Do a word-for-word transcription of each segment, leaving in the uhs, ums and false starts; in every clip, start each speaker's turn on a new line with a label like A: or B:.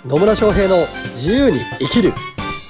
A: 野村翔平の自由に生きる。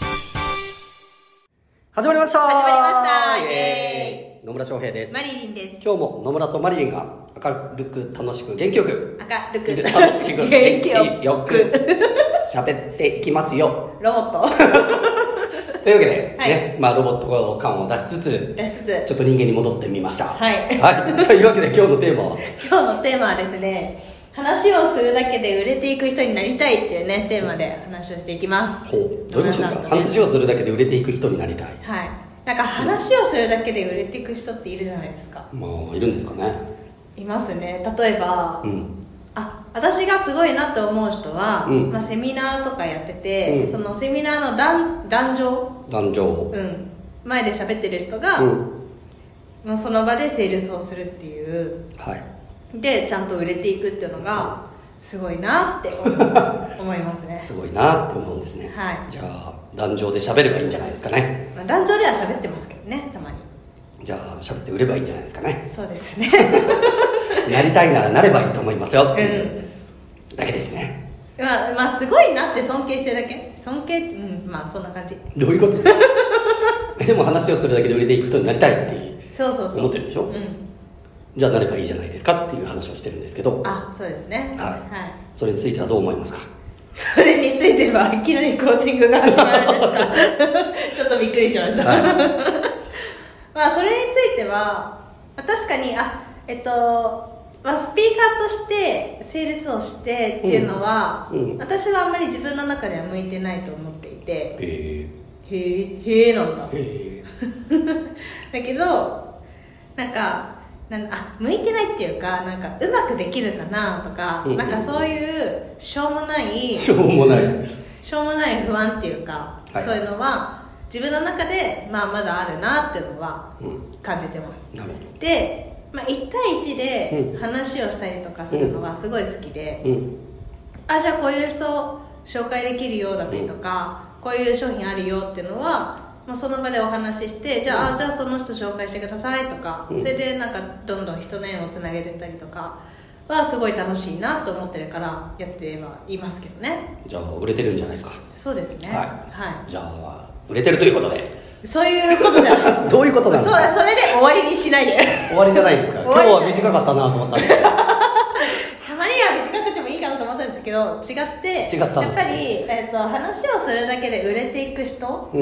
A: 始まりました。
B: 始まりましたイエーイ。
A: 野村翔平です。
B: マリリンです。
A: 今日も野村とマリリンが明るく楽しく元気よく
B: 明るく
A: 楽しく
B: 元気よ
A: よく喋っていきますよ。
B: ロボット
A: というわけで、
B: はい
A: ね、まあロボット感を出しつつ
B: 出しつつ
A: ちょっと人間に戻ってみました。
B: はい、
A: はい、というわけで今日のテーマは
B: 今日のテーマはですね、話をするだけで売れていく人になりたいっていうねテーマで話をしていきます。
A: ほう、どういうことですか？話をするだけで売れていく人になりたい。
B: はい、なんか話をするだけで売れていく人っているじゃないですか。
A: まあいるんですかね。
B: いますね。例えば、
A: うん
B: あ私がすごいなって思う人は、
A: うん
B: まあ、セミナーとかやってて、
A: うん
B: そのセミナーの壇壇上、
A: 男女、
B: うん、前で喋ってる人が、
A: うん、
B: もうその場でセールスをするっていう
A: はい
B: でちゃんと売れていくっていうのがすごいなって思思いますね。
A: すごいなって思うんですね。
B: はい、
A: じゃあ壇上で喋ればいいんじゃないですかね。
B: まあ、壇上では喋ってますけどね、たまに。
A: じゃあ喋って売ればいいんじゃないですかね。
B: そうですね
A: なりたいならなればいいと思いますよっていう
B: うん
A: だけですね。
B: まあ、まあすごいなって尊敬してるだけ。尊敬、うん、まあそんな感じ。
A: どういうことでも話をするだけで売れていく人になりたいっていう
B: そうそうそう
A: 思ってるでしょ、
B: うん、
A: じゃあなればいいじゃないですかっていう話をしてるんですけど、
B: あ、そうですね。
A: はい
B: はい、
A: それについてはどう思いますか？
B: それについてはいきなりコーチングが始まるんですかちょっとびっくりしました、
A: はい
B: まあそれについては確かにあえっと、まあ、スピーカーとしてセールスをしてっていうのは、
A: うんうん、
B: 私はあんまり自分の中では向いてないと思っていて、
A: へ
B: へえへえなんだ
A: え
B: だけどなんかなんあ向いてないっていうか、なんかうまくできるかなとか、
A: うんうん、
B: なんかそういうしょうもない
A: しょうもない
B: しょうもない不安っていうか、はい、そういうのは自分の中で、まあ、まだあるなっていうのは感じてます、
A: うん、なるほど。
B: で、まあ、いち対いちで話をしたりとかするのはすごい好きで、うんうん、あじゃあこういう人紹介できるよだったりとか、うん、こういう商品あるよっていうのはもうその場でお話しして、じゃあ、うん、あじゃあその人紹介してくださいとか、うん、それでなんかどんどん人の縁をつなげてったりとかはすごい楽しいなと思ってるからやってはいますけどね。
A: じゃあ売れてるんじゃないですか？
B: そうですね、
A: はい、
B: はい、
A: じゃあ売れてるということで。
B: そういうことじゃない
A: どういうことなんですか？
B: そ, それで終わりにしないで
A: 終わりじゃないですか？今日は短かったなと思ったんですけど
B: たまには短くてもいいかなと思ったんですけど、違って
A: 違ったんです、ね、
B: やっぱり、えー、と話をするだけで売れていく人って、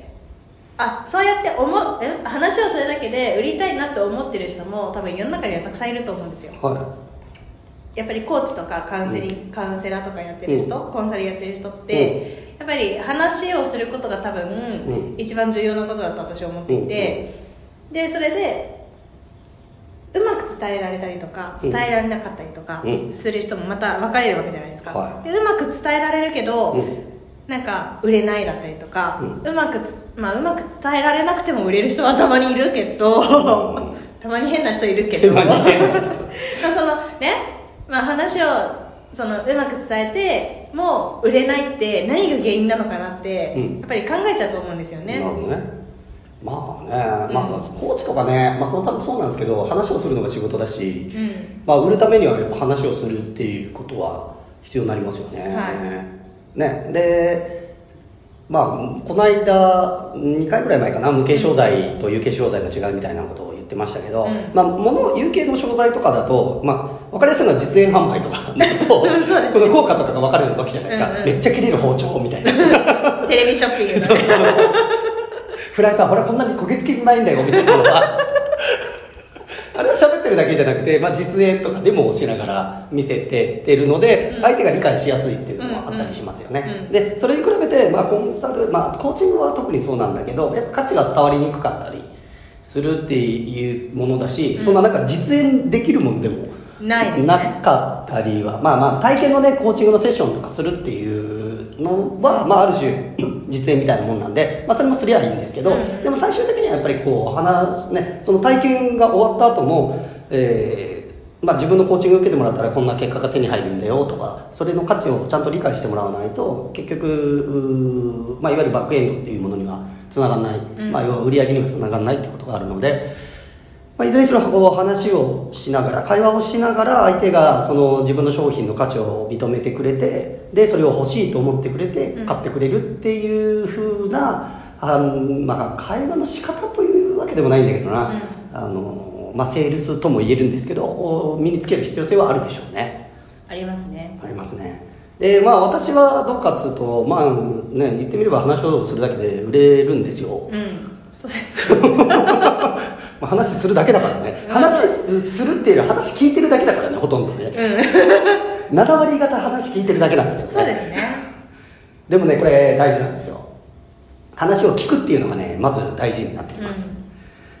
B: うん、あそうやって思え話をするだけで売りたいなって思ってる人も多分世の中にはたくさんいると思うんですよ、はい、やっぱりコーチとかカウンセリング、うん、カウンセラーとかやってる人、うん、コンサルやってる人って、うん、やっぱり話をすることが多分、うん、一番重要なことだと私は思っていて、うん、でそれでうまく伝えられたりとか伝えられなかったりとかする人もまた分かれるわけじゃないですか、はい、でうまく伝えられるけど、うん、なんか売れないだったりとか、うん、うまくまあ、うまく伝えられなくても売れる人はたまにいるけど、うん、たまに変な人いるけどそのね、まあ、話をそのうまく伝えてもう売れないって何が原因なのかなって、うん、やっぱり考えちゃうと思うんですよね。
A: なるほどね。まあね、まあ、コーチとかね、まあ、コンサルもそうなんですけど話をするのが仕事だし、うんまあ、売るためにはやっぱ話をするっていうことは必要になりますよね、はいねでまあ、この間にかいぐらい前かな無形商材と有形商材の違いみたいなことを言ってましたけど、うんまあ、物有形の商材とかだと、まあ、分かりやすいのは実演販売とかだとね、この効果とかが分かるわけじゃないですか、うんうん、めっちゃ切れる包丁みたいな
B: テレビショッピング、ね、
A: そうそうそうフライパンほらこんなに焦げ付きないんだよみたいなのはあれは喋ってるだけじゃなくて、まあ、実演とかデモをしながら見せててるので、うん、相手が理解しやすいっていうのもあったりしますよね、うんうん、でそれに比べて、まあ、コンサル、まあ、コーチングは特にそうなんだけどやっぱ価値が伝わりにくかったりするっていうものだし、うん、そんななんか実演できるものでも
B: ないですね、
A: なかったりは、まあまあ体験のねコーチングのセッションとかするっていうのは、まあ、ある種実演みたいなもんなんで、まあ、それもすりゃいいんですけど、うん、でも最終的にはやっぱりこう話、ね、その体験が終わった後も、えーまあ、自分のコーチング受けてもらったらこんな結果が手に入るんだよとかそれの価値をちゃんと理解してもらわないと結局、まあ、いわゆるバックエンドっていうものにはつながらない、うんまあ、要は売り上げにはつながらないってことがあるのでまあ、いずれにしろこう話をしながら会話をしながら相手がその自分の商品の価値を認めてくれて、でそれを欲しいと思ってくれて買ってくれるっていう風な、うん、あまあ、会話の仕方というわけでもないんだけどな、うん、あのまあ、セールスとも言えるんですけど身につける必要性はあるでしょうね。
B: ありますね。
A: ありますね。でまあ私はどっかっつうとまあね言ってみれば話をするだけで売れるんですよ。
B: うん、そうです
A: 話するだけだからね、話するっていうより話聞いてるだけだからね、ほとんどね、うん、なな割方話聞いてるだけなんですよね。
B: そうですね。
A: でもねこれ大事なんですよ。話を聞くっていうのがねまず大事になってきます、うん、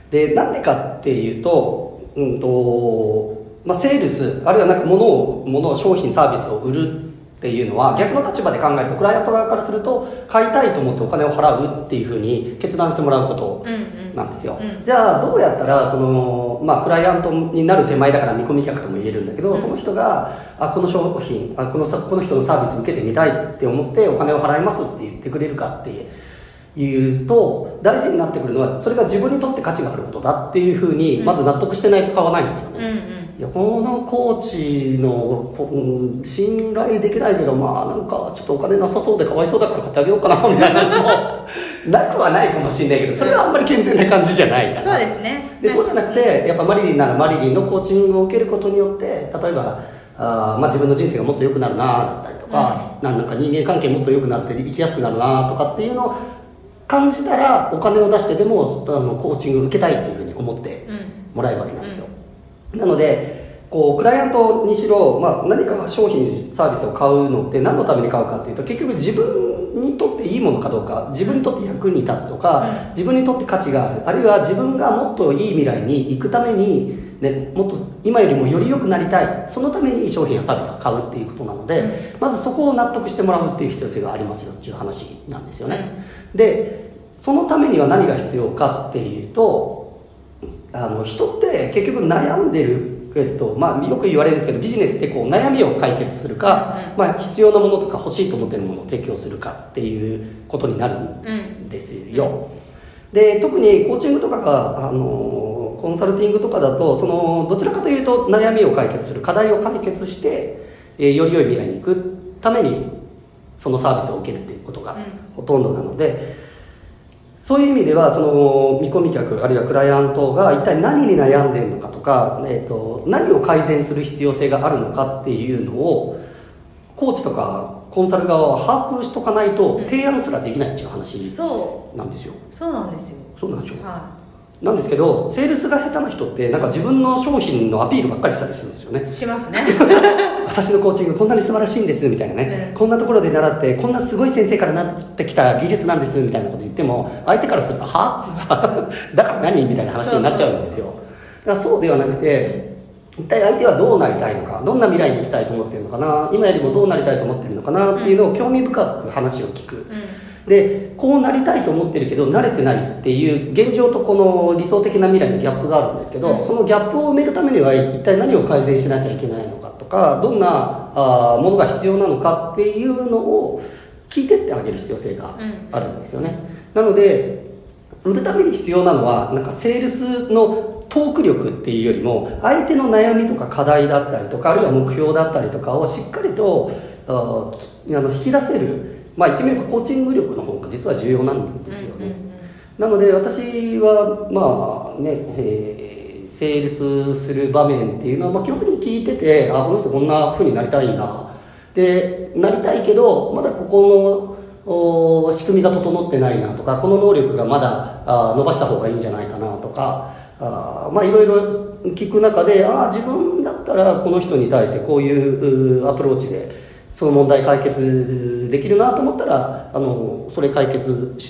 A: でなんでかっていうと、うんとまあ、セールスあるいはなんか物を物を商品サービスを売るっていうのは逆の立場で考えるとクライアント側からすると買いたいと思ってお金を払うっていうふうに決断してもらうことなんですよ、うんうん、じゃあどうやったらその、まあ、クライアントになる手前だから見込み客とも言えるんだけど、うん、その人があこの商品あこのこの人のサービス受けてみたいって思ってお金を払いますって言ってくれるかっていうと大事になってくるのはそれが自分にとって価値があることだっていうふうにまず納得してないと買わないんですよね、うんうん、いやこのコーチの、うん、信頼できないけどまあなんかちょっとお金なさそうでかわいそうだから買ってあげようかなみたいなのもなくはないかもしれないけどそれはあんまり健全な感じじゃないから
B: そうですね。
A: でそうじゃなくてやっぱマリリンならマリリンのコーチングを受けることによって例えばあ、まあ、自分の人生がもっと良くなるなだったりとか、うん、なんか人間関係もっと良くなって生きやすくなるなとかっていうのを感じたらお金を出してでもあのコーチング受けたいっていうふうに思ってもらえるわけなんですよ、うん、なのでこうクライアントにしろ、まあ、何か商品サービスを買うのって何のために買うかっていうと結局自分にとっていいものかどうか自分にとって役に立つとか、うん、自分にとって価値があるあるいは自分がもっといい未来に行くために、ね、もっと今よりもより良くなりたいそのために商品やサービスを買うっていうことなので、うん、まずそこを納得してもらうっていう必要性がありますよっていう話なんですよね、うん、でそのためには何が必要かっていうとあの人って結局悩んでるえっとまあ、よく言われるんですけどビジネスってこう悩みを解決するか、うんまあ、必要なものとか欲しいと思ってるものを提供するかっていうことになるんですよ、うん、で特にコーチングとかがあのコンサルティングとかだとそのどちらかというと悩みを解決する課題を解決して、えー、より良い未来に行くためにそのサービスを受けるっていうことがほとんどなので、うんそういう意味ではその見込み客あるいはクライアントが一体何に悩んでるのかとか、えー、と何を改善する必要性があるのかっていうのをコーチとかコンサル側は把握しとかないと提案すらできないっていう話なんですよ、
B: うん、そうそうなんですよ
A: そうなんですよ、
B: はい、
A: なんですけどセールスが下手な人ってなんか自分の商品のアピールばっかりしたりするんですよね
B: しますね
A: 私のコーチングこんなに素晴らしいんですみたいなね、うん、こんなところで習ってこんなすごい先生からなってきた技術なんですみたいなこと言っても相手からするとはっつだから何みたいな話になっちゃうんですよ。だからそうではなくて一体相手はどうなりたいのかどんな未来に行きたいと思ってるのかな今よりもどうなりたいと思ってるのかなっていうのを興味深く話を聞く、うんでこうなりたいと思ってるけど慣れてないっていう現状とこの理想的な未来のギャップがあるんですけど、うん、そのギャップを埋めるためには一体何を改善しなきゃいけないのかとかどんなあものが必要なのかっていうのを聞いてってあげる必要性があるんですよね、うん、なので売るために必要なのはなんかセールスのトーク力っていうよりも相手の悩みとか課題だったりとかあるいは目標だったりとかをしっかりとああの引き出せるまあ言ってみればコーチング力の方が実は重要なんですよね、うんうんうん、なので私はまあね、えー、セールスする場面っていうのは、まあ、基本的に聞いててあこの人こんな風になりたいんだでなりたいけどまだここの仕組みが整ってないなとかこの能力がまだあ伸ばした方がいいんじゃないかなとかあまあいろいろ聞く中であ自分だったらこの人に対してこういうアプローチでその問題解決できるなと思ったらあのそれ解決して、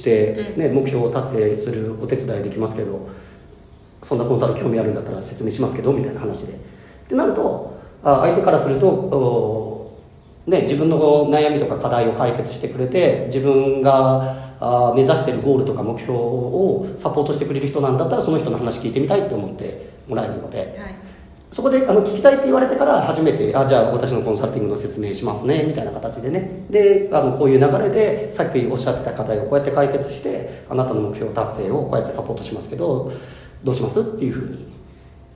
A: ね、目標を達成するお手伝いできますけどそんなコンサル興味あるんだったら説明しますけどみたいな話でってなるとあ相手からすると、ね、自分の悩みとか課題を解決してくれて自分があ目指しているゴールとか目標をサポートしてくれる人なんだったらその人の話聞いてみたいって思ってもらえるので、はいそこであの聞きたいって言われてから初めてあじゃあ私のコンサルティングの説明しますねみたいな形でねであのこういう流れでさっきおっしゃってた課題をこうやって解決してあなたの目標達成をこうやってサポートしますけどどうしますっていうふうに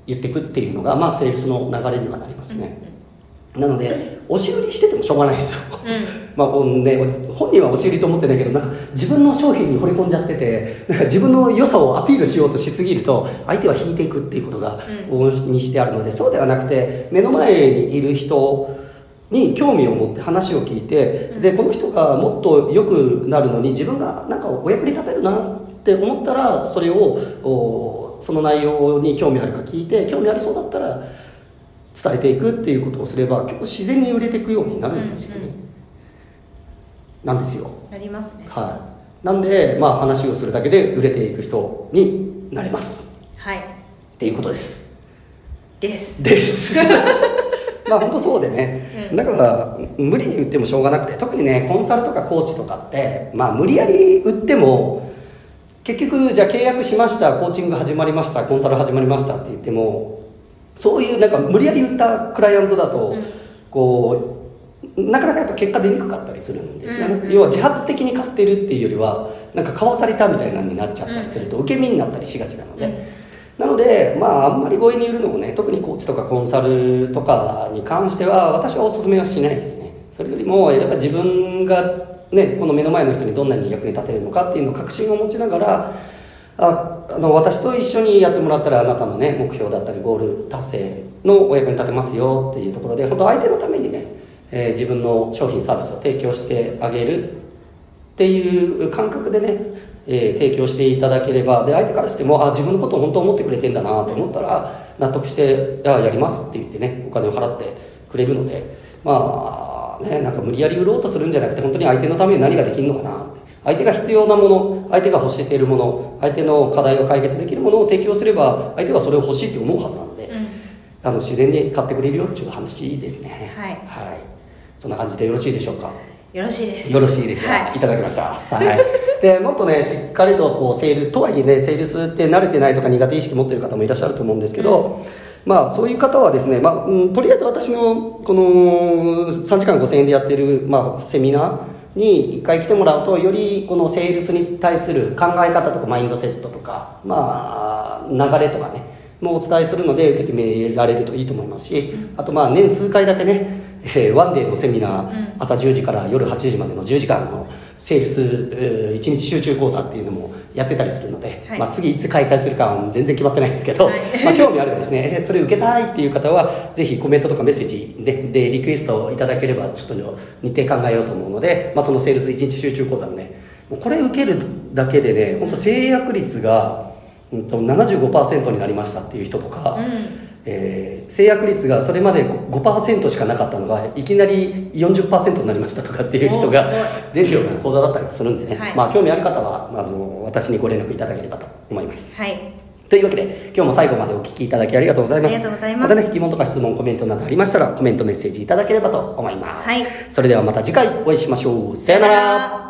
A: 言っていくっていうのが、まあ、セールスの流れにはなりますね、うんうん、なので押し売りしててもしょうがないですよ、うんまあね、本人は押し売りと思ってないけどなんか自分の商品に惚れ込んじゃっててなんか自分の良さをアピールしようとしすぎると相手は引いていくっていうことが往々にしてあるので、そうではなくて目の前にいる人に興味を持って話を聞いて、でこの人がもっと良くなるのに自分がなんかお役に立てるなって思ったらそれをその内容に興味あるか聞いて、興味ありそうだったら伝えていくっていうことをすれば結構自然に売れていくようになるんですよね、うんうん、なんですよ。
B: なりますね。
A: はい。なんでまあ話をするだけで売れていく人になれます。
B: はい。
A: っていうことです。
B: です。
A: です。まあ本当そうでね、うん、だから無理に売ってもしょうがなくて、特にねコンサルとかコーチとかってまあ無理やり売っても結局じゃあ契約しました、コーチング始まりました、コンサル始まりましたって言ってもそういうなんか無理やり売ったクライアントだと、うん、こうなかなかやっぱ結果出にくかったりするんですよね、うんうん、要は自発的に買ってるっていうよりはなんか買わされたみたいなのになっちゃったりすると、うん、受け身になったりしがちなので、うん、なのでまああんまり強引に売るのもね、特にコーチとかコンサルとかに関しては私はお勧めはしないですね。それよりもやっぱ自分がねこの目の前の人にどんなに役に立てるのかっていうのを確信を持ちながら、ああの私と一緒にやってもらったらあなたのね目標だったりゴール達成のお役に立てますよっていうところで、本当相手のためにね、えー、自分の商品サービスを提供してあげるっていう感覚でね、えー、提供していただければ、で相手からしてもあ自分のことを本当思ってくれてんだなと思ったら納得してあやりますって言ってねお金を払ってくれるので、まあねなんか無理やり売ろうとするんじゃなくて本当に相手のために何ができるのかなって、相手が必要なもの、相手が欲しているもの、相手の課題を解決できるものを提供すれば相手はそれを欲しいって思うはずなので、うん、あの自然に買ってくれるよっていう話ですね。
B: はい、
A: はい、そんな感じでよろしいでしょうか。
B: よろしいです。
A: よろしいですよ、はい、いただきました、はい、でもっとねしっかりとこうセールスとはいえねセールスって慣れてないとか苦手意識持ってる方もいらっしゃると思うんですけど、うんまあ、そういう方はですね、まあうん、とりあえず私のこのさんじかんごせんえんでやってる、まあ、セミナーにいっかい来てもらうとよりこのセールスに対する考え方とかマインドセットとか、まあ、流れとかねもうお伝えするので受けてみられるといいと思いますし、あとまあ年数回だけね、えー、ワンデーのセミナー、うん、朝じゅうじから夜はちじまでのじゅうじかんのセールス、えー、いちにち集中講座っていうのもやってたりするので、はいまあ、次いつ開催するかは全然決まってないんですけど、はいまあ、興味あればですね、えー、それ受けたいっていう方はぜひコメントとかメッセージ で, でリクエストいただければちょっと日程考えようと思うので、まあ、そのセールスいちにち集中講座のねこれ受けるだけでね本当制約率が、うん、ななじゅうごパーセントになりましたっていう人とか、うんえー、制約率がそれまで ごパーセント しかなかったのがいきなり よんじゅっパーセント になりましたとかっていう人が出るような講座だったりもするんでね、はい、まあ興味ある方はあの私にご連絡いただければと思います。
B: はい。
A: というわけで今日も最後までお聞きいただきありがとうございます。
B: ありがとうございます。
A: またね疑問とか質問コメントなどありましたらコメントメッセージいただければと思います。
B: はい。
A: それではまた次回お会いしましょう。さよなら。